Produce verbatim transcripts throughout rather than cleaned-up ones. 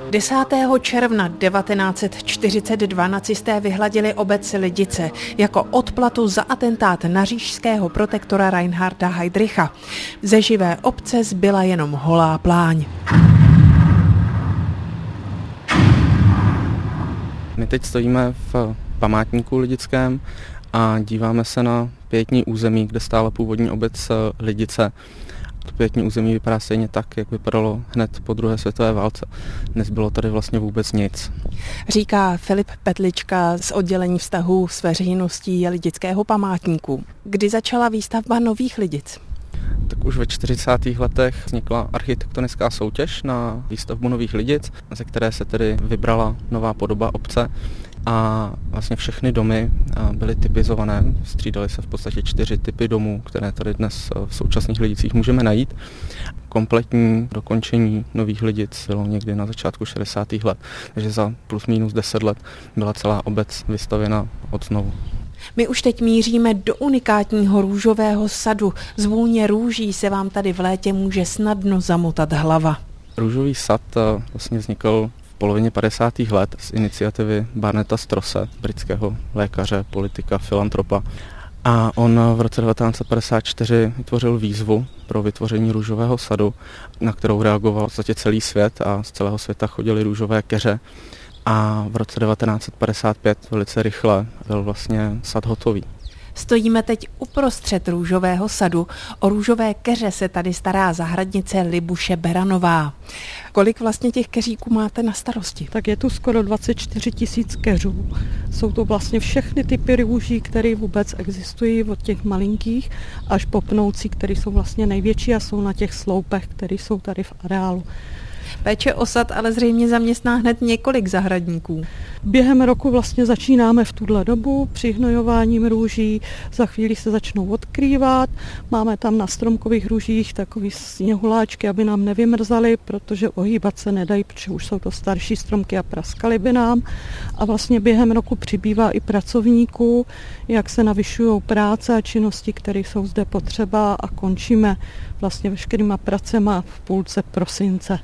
desátého června devatenáct set čtyřicet dva nacisté vyhladili obec Lidice jako odplatu za atentát na říšského protektora Reinharda Heydricha. Ze živé obce zbyla jenom holá pláň. My teď stojíme v památníku lidickém a díváme se na pietní území, kde stála původní obec Lidice. To pietní území vypadá stejně tak, jak vypadalo hned po druhé světové válce. Nezbylo tady vlastně vůbec nic. Říká Filip Petlička z oddělení vztahů s veřejností Lidického památníku. Kdy začala výstavba nových Lidic? Tak už ve čtyřicátých letech vznikla architektonická soutěž na výstavbu nových Lidic, ze které se tedy vybrala nová podoba obce a vlastně všechny domy byly typizované. Střídaly se v podstatě čtyři typy domů, které tady dnes v současných Lidicích můžeme najít. Kompletní dokončení nových Lidic bylo někdy na začátku šedesátých let, takže za plus minus deset let byla celá obec vystavěna od znovu. My už teď míříme do unikátního růžového sadu. Z vůně růží se vám tady v létě může snadno zamotat hlava. Růžový sad vlastně vznikl v polovině padesátých let z iniciativy Barnetta Strosse, britského lékaře, politika, filantropa. A on v roce devatenáct set padesát čtyři vytvořil výzvu pro vytvoření růžového sadu, na kterou reagoval v podstatě celý svět a z celého světa chodily růžové keře. A v roce devatenáct set padesát pět velice rychle byl vlastně sad hotový. Stojíme teď uprostřed růžového sadu. O růžové keře se tady stará zahradnice Libuše Beranová. Kolik vlastně těch keříků máte na starosti? Tak je tu skoro dvacet čtyři tisíc keřů. Jsou to vlastně všechny typy růží, které vůbec existují, od těch malinkých až po pnoucí, které jsou vlastně největší a jsou na těch sloupech, které jsou tady v areálu. Péče o sad ale zřejmě zaměstná hned několik zahradníků. Během roku vlastně začínáme v tuhle dobu přihnojováním růží, za chvíli se začnou odkrývat, máme tam na stromkových růžích takový sněhuláčky, aby nám nevymrzaly, protože ohýbat se nedají, protože už jsou to starší stromky a praskaly by nám. A vlastně během roku přibývá i pracovníků, jak se navyšují práce a činnosti, které jsou zde potřeba a končíme vlastně veškerýma pracema v půlce prosince.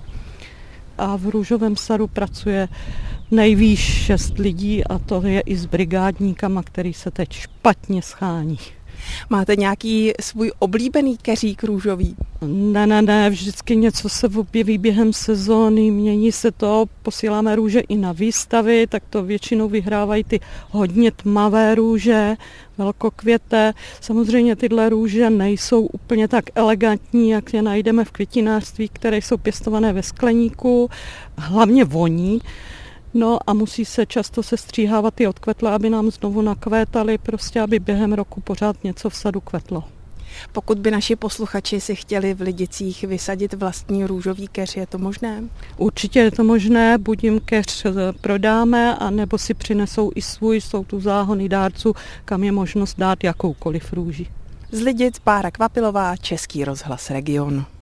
A v růžovém sadu pracuje nejvýš šest lidí a to je i s brigádníkama, který se teď špatně schání. Máte nějaký svůj oblíbený keřík růžový? Ne, ne, ne, vždycky něco se objeví během sezóny, mění se to, posíláme růže i na výstavy, tak to většinou vyhrávají ty hodně tmavé růže, velkokvěté. Samozřejmě tyhle růže nejsou úplně tak elegantní, jak je najdeme v květinářství, které jsou pěstované ve skleníku, hlavně voní. No a musí se často sestříhávat ty odkvetlé, aby nám znovu nakvétaly, prostě aby během roku pořád něco v sadu kvetlo. Pokud by naši posluchači si chtěli v Lidicích vysadit vlastní růžový keř, je to možné? Určitě je to možné, buď jim keř prodáme, anebo si přinesou i svůj, jsou tu záhony dárců, kam je možnost dát jakoukoliv růži. Z Lidic Bára Kvapilová, Český rozhlas Region.